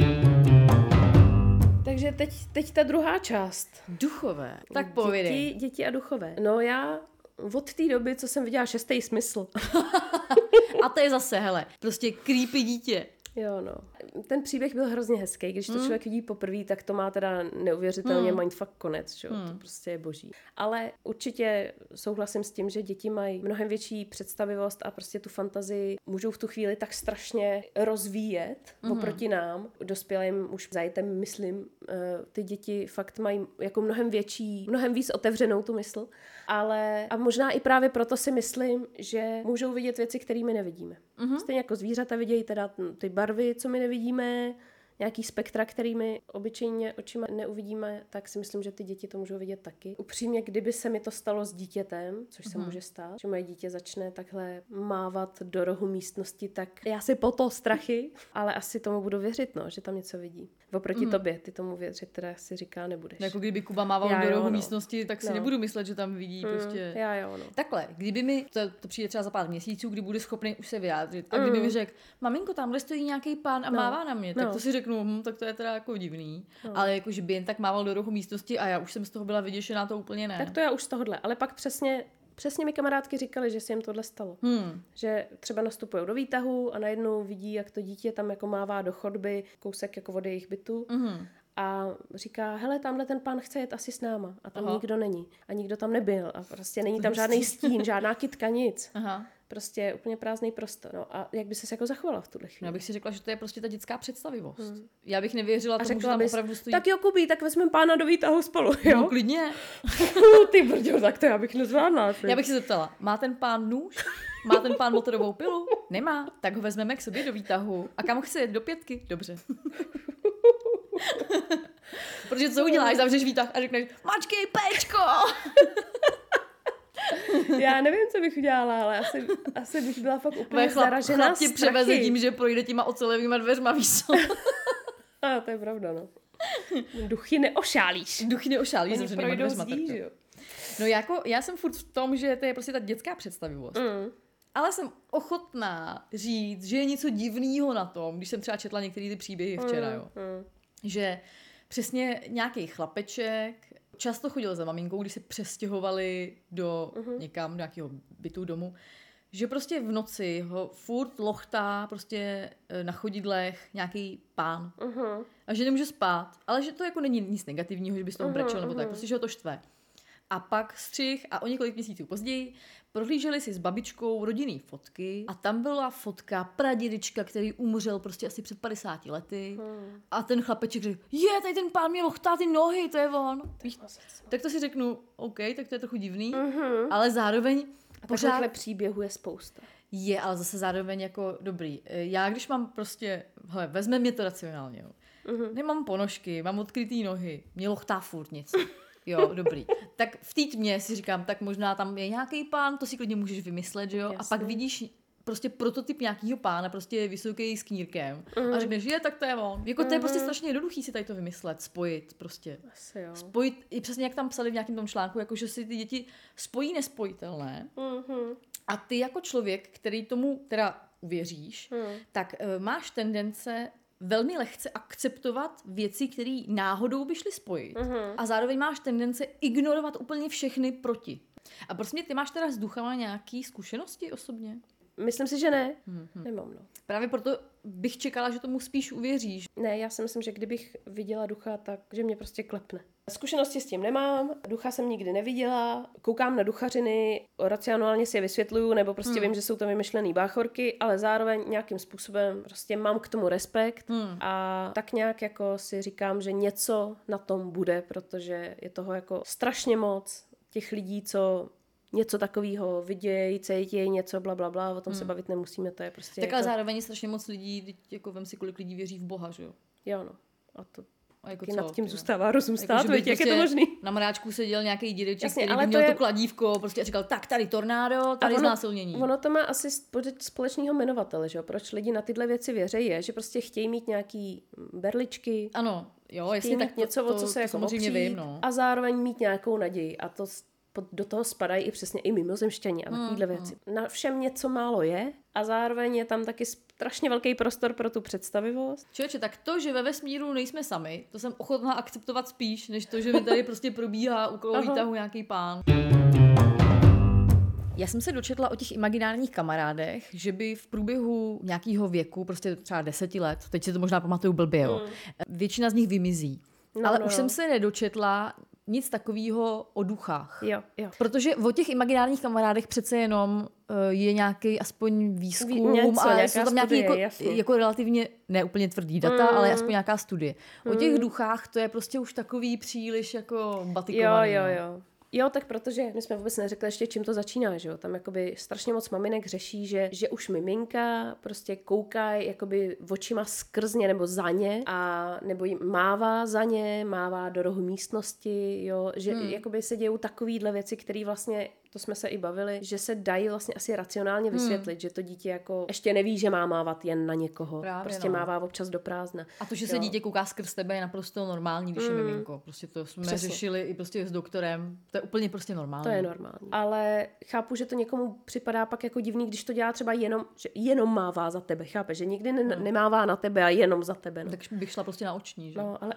Takže teď ta druhá část. Duchové. Tak povědej. Děti a duchové. No já od té doby, co jsem viděla 6. smysl. A to je zase, hele, prostě creepy dítě. Jo, no. Ten příběh byl hrozně hezký. Když to člověk vidí poprvé, tak to má teda neuvěřitelně mindfuck konec, že? To prostě je boží. Ale určitě souhlasím s tím, že děti mají mnohem větší představivost a prostě tu fantazii můžou v tu chvíli tak strašně rozvíjet oproti nám. Dospělým už zajetem, myslím, ty děti fakt mají jako mnohem víc otevřenou tu mysl. Ale a možná i právě proto si myslím, že můžou vidět věci, které my nevidíme. Stejně jako zvířata vidějí teda ty barvy, co my nevidíme, nějaký spektra, kterými obyčejně očima neuvidíme, tak si myslím, že ty děti to můžou vidět taky. Upřímně, kdyby se mi to stalo s dítětem, což se může stát, že moje dítě začne takhle mávat do rohu místnosti, tak já si po to strachy, ale asi tomu budu věřit, no, že tam něco vidí. Oproti tobě, ty tomu věřit, teda si říká, nebudeš. Jako kdyby Kuba mával do rohu místnosti, tak si nebudu myslet, že tam vidí prostě. No. Takhle, kdyby mi, to přijde třeba za pár měsíců, kdy bude schopný už se vyjádřit, a kdyby mi řekl, maminko, tamhle stojí nějaký pán a mává na mě, tak to si řeknu, tak to je teda jako divný. Ale jako, že by jen tak mával do rohu místnosti a já už jsem z toho byla vyděšená, to úplně ne. Tak to já už z tohohle, ale pak přesně mi kamarádky říkali, že se jim tohle stalo. Že třeba nastupují do výtahu a najednou vidí, jak to dítě tam jako mává do chodby, kousek jako od jejich bytu. A říká, hele, tamhle ten pán chce jet asi s náma. A tam nikdo není. A nikdo tam nebyl. A prostě není tam žádný stín, žádná kytka, nic. Prostě úplně prázdný prostor. No a jak by ses jako zachovala v tuhle chvíli? Já bych si řekla, že to je prostě ta dětská představivost. Já bych nevěřila tomu, že tam opravdu stojí. Tak jo, Kubí, tak vezmeme pána do výtahu spolu, jo? No, klidně. Ty brďo, tak to já bych nezvládla. Já bych se zeptala, má ten pán nůž? Má ten pán motorovou pilu? Nemá. Tak ho vezmeme k sobě do výtahu. A kam chce jet? Do 5? Dobře. Protože co uděláš? Zavřeš výtah a řekneš, mačkej péčko! Já nevím, co bych udělala, ale asi bych byla fakt úplně zaražená chlap tě převeze tím, že projde těma ocelovýma dveřma, víš co? A to je pravda, no. Duchy neošálíš. Duchy neošálí, Oni projdou zdí, že jo. No jako, já jsem furt v tom, že to je prostě ta dětská představivost. Ale jsem ochotná říct, že je něco divného na tom, když jsem třeba četla některé ty příběhy včera, jo. Že přesně nějaký chlapeček často chodil za maminkou, když se přestěhovali do někam, do nějakého bytu, domu, že prostě v noci ho furt lochtá prostě na chodidlech nějaký pán. A že nemůže spát, ale že to jako není nic negativního, že by z toho brečel nebo tak, prostě, že ho to štve. A pak střih a o několik měsíců později prohlíželi si s babičkou rodinný fotky a tam byla fotka pradědečka, který umřel prostě asi před 50 lety a ten chlapeček řekl, tady ten pán mě lochtá ty nohy, to je on. Tak to si řeknu, OK, tak to je trochu divný, ale zároveň pořád... Takovýchhle příběhů je spousta. Je, ale zase zároveň jako dobrý. Já když mám prostě, vezme mě to racionálně, jo. Nemám ponožky, mám odkrytý nohy, mě lochtá furt něco. Jo, dobrý. Tak v té tmě si říkám, tak možná tam je nějaký pán, to si klidně můžeš vymyslet, že jo? Jasně. A pak vidíš prostě prototyp nějakýho pána, prostě vysoký s knírkem. A řekneš, tak to je on. Jako to je prostě strašně jednoduchý si tady to vymyslet, spojit prostě. Asi jo. Spojit, i přesně jak tam psali v nějakém tom článku, jako že si ty děti spojí nespojitelné. A ty jako člověk, který tomu teda uvěříš, tak máš tendence velmi lehce akceptovat věci, které náhodou by šly spojit. A zároveň máš tendence ignorovat úplně všechny proti. A prostě ty máš teda s duchama nějaký zkušenosti osobně? Myslím si, že ne. Nemám, no. Právě proto bych čekala, že tomu spíš uvěříš. Ne, já si myslím, že kdybych viděla ducha, tak že mě prostě klepne. Zkušenosti s tím nemám, ducha jsem nikdy neviděla, koukám na duchařiny, racionálně si je vysvětluju, nebo prostě vím, že jsou to vymyšlený báchorky, ale zároveň nějakým způsobem prostě mám k tomu respekt a tak nějak jako si říkám, že něco na tom bude, protože je toho jako strašně moc těch lidí, co něco takového vidějí, cítějí, něco blablabla, o tom se bavit nemusíme, to je prostě... Tak ale zároveň je strašně moc lidí, jako vem si, kolik lidí věří v Boha, že jo? Jo, no. A to a jako nad tím zůstává rozum stát, jako, jak je to možný. Na mráčku seděl nějaký dědeček, který ale měl to kladívko, prostě a říkal, tak tady tornádo, tady znásilnění. Ono to má asi společného jmenovatele, že jo? Proč lidi na tyhle věci věří, je, že prostě chtějí mít nějaký berličky, ano, jo, jestli tak něco, o co se jako samozřejmě vím, no. A zároveň mít nějakou naději. A to do toho spadají i přesně i mimozemšťani a takovýhle věci. Na všem něco málo je a zároveň je tam taky strašně velký prostor pro tu představivost. Člověče, tak to, že ve vesmíru nejsme sami, to jsem ochotná akceptovat spíš, než to, že mi tady prostě probíhá okolo výtahu nějaký pán. Já jsem se dočetla o těch imaginárních kamarádech, že by v průběhu nějakého věku, prostě třeba 10 let, teď si to možná pamatuju blbě, jo, většina z nich vymizí. Ale už jsem se nedočetla nic takového o duchách. Jo. Protože o těch imaginárních kamarádech přece jenom je nějaký aspoň výzkum a jsou tam nějaké jako relativně ne úplně tvrdý data, ale aspoň nějaká studie. O těch duchách to je prostě už takový příliš jako batikovaný. Jo. Jo, tak protože my jsme vůbec neřekli ještě, čím to začíná, že jo? Tam jakoby strašně moc maminek řeší, že už miminka prostě koukají jakoby očima skrz ně nebo za ně a nebo jim mává za ně, mává do rohu místnosti, jo? Že jakoby se dějou takovýhle věci, které vlastně, to jsme se i bavili, že se dají vlastně asi racionálně vysvětlit, že to dítě jako ještě neví, že má mávat jen na někoho. Právě, prostě mává občas do prázdna. A to, že se dítě kouká skrz tebe, je naprosto normální, když je miminko. Prostě to jsme řešili i prostě s doktorem. To je úplně prostě normální. To je normální. Ale chápu, že to někomu připadá pak jako divný, když to dělá třeba jenom, že jenom mává za tebe, chápe, že nikdy nemává na tebe a jenom za tebe. No. Tak bych šla prostě na oční, že? No, ale...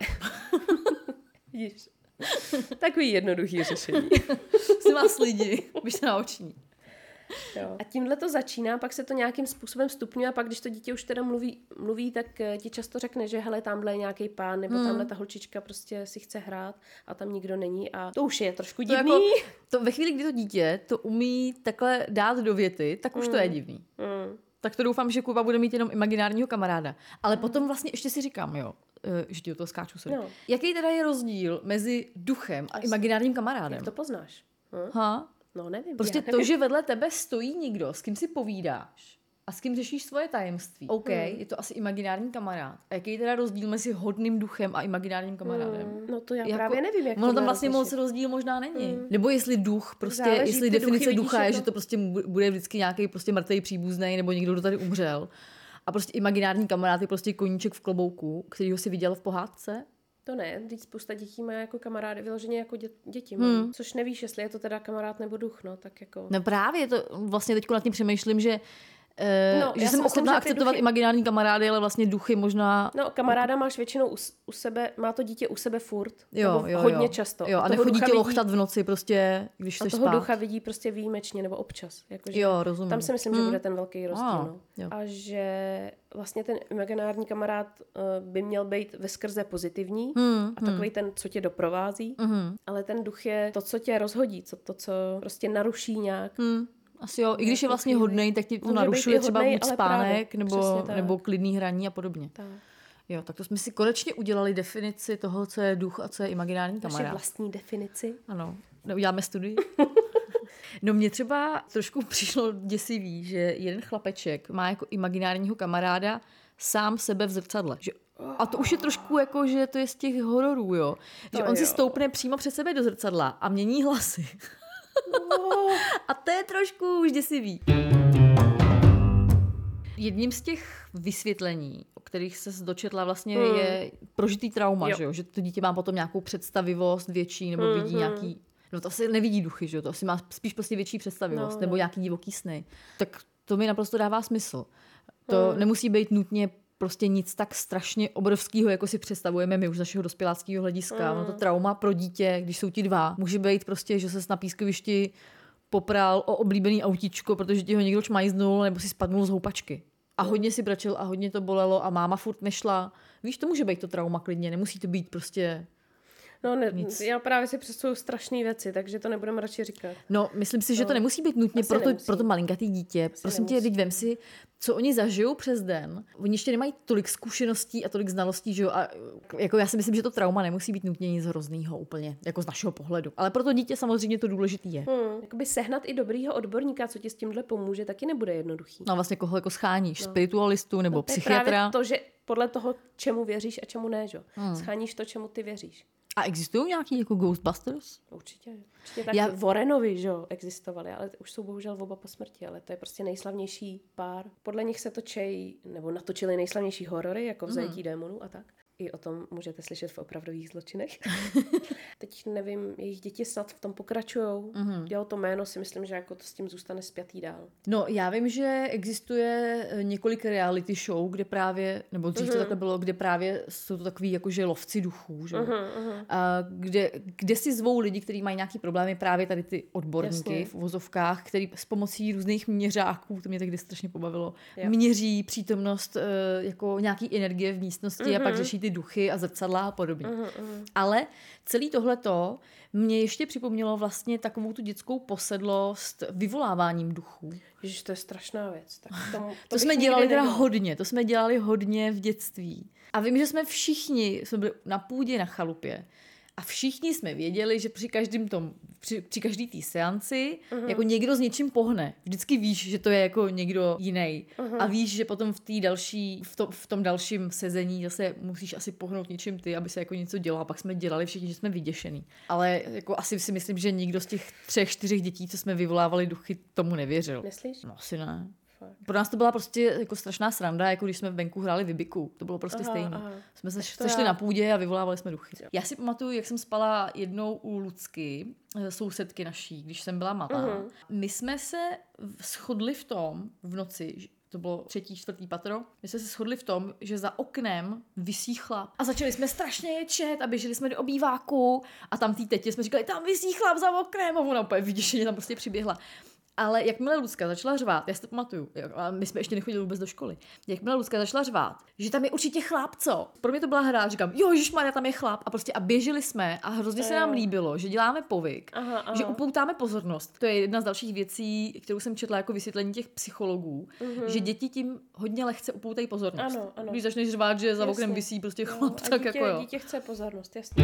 Vidíš. Takový jednoduchý řešení. Si vás lidi, byš na oční. Jo. A tímhle to začíná, pak se to nějakým způsobem stupňuje a pak, když to dítě už teda mluví, tak ti často řekne, že hele, tamhle je nějaký pán, nebo tamhle ta holčička prostě si chce hrát a tam nikdo není a to už je trošku divný. To ve chvíli, kdy to dítě to umí takhle dát do věty, tak už to je divný. Tak to doufám, že Kuba bude mít jenom imaginárního kamaráda. Ale potom vlastně ještě si říkám, jo, že ti do toho skáču. No. Jaký teda je rozdíl mezi duchem a imaginárním kamarádem? Jak to poznáš? No nevím. Prostě to, že vedle tebe stojí někdo, s kým si povídáš a s kým řešíš svoje tajemství. OK, je to asi imaginární kamarád. A jaký je teda rozdíl mezi hodným duchem a imaginárním kamarádem? No to já právě nevím, jak ono tam vlastně moc rozdíl možná není. Nebo jestli duch, prostě, jestli definice ducha je, že to prostě bude vždycky nějaký prostě mrtvý příbuzný nebo někdo, kdo tady umřel. A prostě imaginární kamarád je prostě koníček v klobouku, kterýho si viděl v pohádce. To ne, teď spousta dětí má jako kamarády vyloženě jako děti, což nevíš, jestli je to teda kamarád nebo duch, no, tak jako... No právě, to vlastně teď nad tím přemýšlím, že že jsem myslím, ochotná že akceptovat imaginární kamarády, ale vlastně duchy možná... No, kamaráda máš většinou u sebe, má to dítě u sebe furt, jo, hodně často. Jo, a nechodí tě lochtat v noci prostě, když chceš spát. A toho ducha vidí prostě výjimečně nebo občas. Jakože jo, rozumím. Tam si myslím, že bude ten velký rozdíl. A že vlastně ten imaginární kamarád by měl být veskrze pozitivní a takový ten, co tě doprovází, ale ten duch je to, co tě rozhodí, to, co prostě naruší nějak. Asi jo, i když je vlastně hodnej, tak ti to narušuje třeba buď spánek nebo klidný hraní a podobně. Tak. Jo, tak to jsme si konečně udělali definici toho, co je duch a co je imaginární kamarád. Naši vlastní definici. Ano, uděláme studii. No mně třeba trošku přišlo děsivý, že jeden chlapeček má jako imaginárního kamaráda sám sebe v zrcadle. Že, a to už je trošku jako, že to je z těch hororů, jo. Že on si stoupne přímo před sebe do zrcadla a mění hlasy. A to je trošku už děsivý. Jedním z těch vysvětlení, o kterých se dočetla vlastně je prožitý trauma, že to dítě má potom nějakou představivost větší nebo vidí nějaký... No to asi nevidí duchy, že jo? To asi má spíš prostě větší představivost nebo nějaký divoký sny. Tak to mi naprosto dává smysl. To nemusí být nutně prostě nic tak strašně obrovského, jako si představujeme my už z našeho dospěláckého hlediska. No to trauma pro dítě, když jsou ti dva, může být prostě, že ses na pískovišti popral o oblíbený autíčko, protože ti ho někdo čmajznul nebo si spadnul z houpačky. A hodně si brečel a hodně to bolelo a máma furt nešla. Víš, to může být to trauma klidně, nemusí to být prostě... No ne, já právě si představuju strašné věci, takže to nebudeme radši říkat. No, myslím si, že to nemusí být nutně pro to malinkatý dítě. Prosím tě, teď vem si, co oni zažijou přes den. Oni ještě nemají tolik zkušeností a tolik znalostí, že jo? A jako já si myslím, že to trauma nemusí být nutně nic hroznýho úplně, jako z našeho pohledu. Ale pro to dítě samozřejmě to důležitý je. Jakoby sehnat i dobrýho odborníka, co ti s tímhle pomůže, taky nebude jednoduchý. No vlastně koho jako scháníš, spiritualistu nebo psychiatra. Právě to, že podle toho, čemu věříš a čemu ne, že? Scháníš to, čemu ty věříš. A existují nějaký jako Ghostbusters? Určitě tak Warrenovi, že jo, existovali, ale už jsou bohužel oba po smrti, ale to je prostě nejslavnější pár. Podle nich se natočili nejslavnější horory, jako V zajetí démonů a tak. I o tom můžete slyšet v Opravdových zločinech. Teď nevím, jejich děti snad v tom pokračujou. Dělal to jméno, si myslím, že jako to s tím zůstane spjatý dál. No, já vím, že existuje několik reality show, kde právě, nebo dřív to takhle bylo, kde právě jsou to takový jakože lovci duchů, že? A kde si zvou lidi, kteří mají nějaký problémy, právě tady ty odborníky v uvozovkách, který s pomocí různých měřáků, to mě tehdy strašně pobavilo, měří přítomnost jako nějaký energie v místnosti a pak řeší ty duchy a zrcadla a podobně. Ale celý tohleto mě ještě připomnělo vlastně takovou tu dětskou posedlost vyvoláváním duchů. Ježiš, to je strašná věc. Tak to jsme dělali teda hodně, to jsme dělali hodně v dětství. A vím, že jsme jsme byli na půdě na chalupě a všichni jsme věděli, že při každý té seanci jako někdo s něčím pohne. Vždycky víš, že to je jako někdo jiný. A víš, že potom v tom dalším sezení zase musíš asi pohnout něčím ty, aby se jako něco dělo. A pak jsme dělali všichni, že jsme vyděšený. Ale jako asi si myslím, že nikdo z těch 3-4 dětí, co jsme vyvolávali duchy, tomu nevěřil. Myslíš? No asi ne. Pro nás to byla prostě jako strašná sranda, jako když jsme venku hráli Vybiku. To bylo prostě stejné. Jsme se sešli na půdě a vyvolávali jsme duchy. Já si pamatuju, jak jsem spala jednou u Lucky, sousedky naší, když jsem byla malá. My jsme se shodli v tom v noci, to bylo 3., 4. patro, my jsme se shodli v tom, že za oknem visí chlap. A začali jsme strašně ječet a běželi jsme do obýváku a tam té tetě jsme říkali, tam visí chlap za oknem a ona úplně vyděšeně tam prostě přiběhla. Ale jakmile Lucka začala řvát, já si to pamatuju, a my jsme ještě nechodili vůbec do školy, jakmile Lucka začala řvát, že tam je určitě chlap, co? Pro mě to byla hra, říkám, jo, ježišmarja, tam je chlap. A běželi jsme a hrozně se nám líbilo, že děláme povyk, že upoutáme pozornost. To je jedna z dalších věcí, kterou jsem četla jako vysvětlení těch psychologů, že děti tím hodně lehce upoutají pozornost. Ano. Když začneš řvát, že za oknem visí prostě chlap, tak jako jo. Dítě chce pozornost, jasně.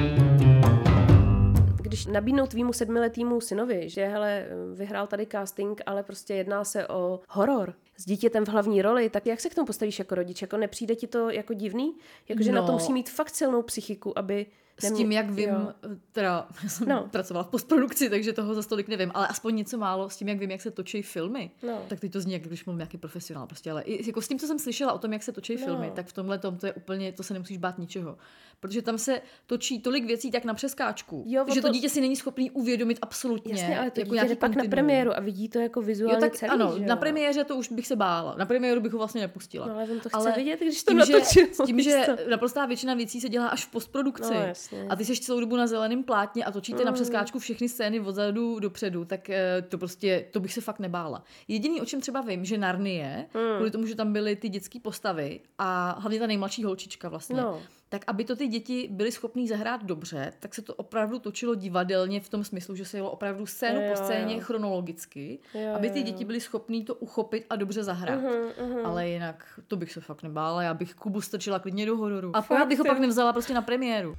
Když nabídnou tvýmu 7letýmu synovi, že hele, vyhrál tady casting, ale prostě jedná se o horor s dítětem v hlavní roli, tak jak se k tomu postavíš jako rodič? Jako nepřijde ti to jako divný? Jakože na to musí mít fakt silnou psychiku, aby S tím, jak vím, teda já jsem pracovala v postprodukci, takže toho za tolik nevím, ale aspoň něco málo s tím, jak vím, jak se točí filmy, tak teď to zní, jak když mluvím nějaký profesionál prostě, ale i jako s tím, co jsem slyšela o tom, jak se točí filmy, tak v tomhle tom to je úplně, to se nemusíš bát ničeho. Protože tam se točí tolik věcí tak na přeskáčku, že to dítě si není schopný uvědomit absolutně. Jasně, ale to jako dítě jde pak na premiéru a vidí to jako vizuálně celý. Ano, na premiéře to už bych se bála. Na premiéru bych ho vlastně nepustila. No, ale on to chce vidět, když to natočí. S tím, že naprostá většina věcí se dělá až v postprodukci. A ty seš celou dobu na zeleném plátně a točíte na přeskáčku všechny scény odzadu dopředu, tak to prostě, to bych se fakt nebála. Jediný, o čem třeba vím, že Narnie, kvůli tomu, že tam byly ty dětské postavy a hlavně ta nejmladší holčička vlastně. Tak aby to ty děti byly schopný zahrát dobře, tak se to opravdu točilo divadelně v tom smyslu, že se jelo opravdu scénu po scéně chronologicky, aby ty děti byly schopný to uchopit a dobře zahrát. Ale jinak to bych se fakt nebála, já bych Kubu strčila klidně do hororu. A fakt bych ho pak nevzala prostě na premiéru.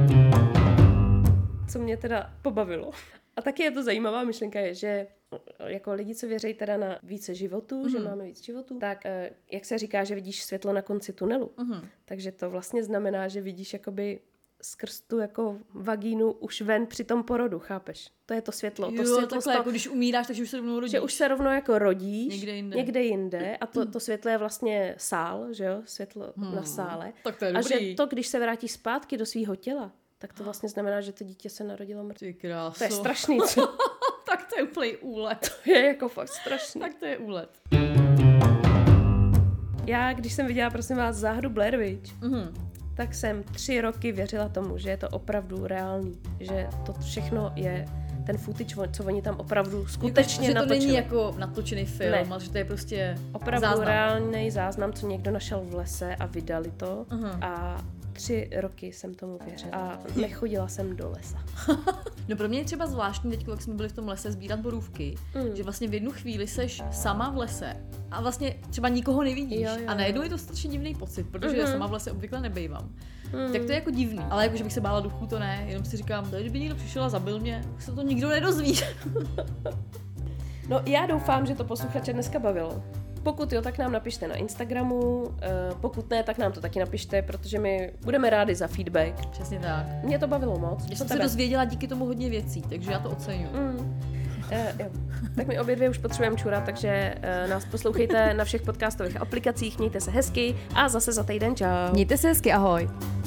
Co mě teda pobavilo. A taky je to zajímavá myšlenka, je, že jako lidi, co věří teda na více životů, že máme víc životů, tak jak se říká, že vidíš světlo na konci tunelu. Takže to vlastně znamená, že vidíš jakoby skrz tu jako vagínu už ven při tom porodu, chápeš? To je to světlo. To světlo takhle, jako když umíráš, takže už se rovnou rodíš. Že už se rovnou jako rodíš někde jinde a to světlo je vlastně sál, že jo? Světlo na sále. Tak to je a dobrý. že to, když se vrátíš zpátky do svého těla, tak to vlastně znamená, že to dítě se narodilo mrtvé. Ty kráso. To je strašný, co? Tak to je úplný úlet. To je jako fakt strašný. Tak to je úlet. Já, když jsem viděla, prosím vás, záhadu Blair Witch, tak jsem 3 roky věřila tomu, že je to opravdu reálný. Že to všechno je ten footage, co oni tam opravdu skutečně natočili. Že to není jako natočený film, ale že to je prostě opravdu záznam. Reálný záznam, co někdo našel v lese a vydali to. A 3 roky jsem tomu věřila. A nechodila jsem do lesa. No pro mě je třeba zvláštní teď, jak jsme byli v tom lese sbírat borůvky, že vlastně v jednu chvíli seš sama v lese a vlastně třeba nikoho nevidíš. A najednou je to strašně divný pocit, protože já sama v lese obvykle nebejvám. Tak to je jako divný. Ale jako, že bych se bála duchů, to ne. Jenom si říkám, kdyby někdo přišel a zabil mě, už se to nikdo nedozví. No já doufám, že to posluchače dneska bavilo. Pokud jo, tak nám napište na Instagramu, pokud ne, tak nám to taky napište, protože my budeme rádi za feedback. Přesně tak. Mě to bavilo moc. Já jsem se dozvěděla díky tomu hodně věcí, takže já to oceňuji. Jo. Tak my obě dvě už potřebujeme čurat, takže nás poslouchejte na všech podcastových aplikacích, mějte se hezky a zase za týden čau. Mějte se hezky, ahoj.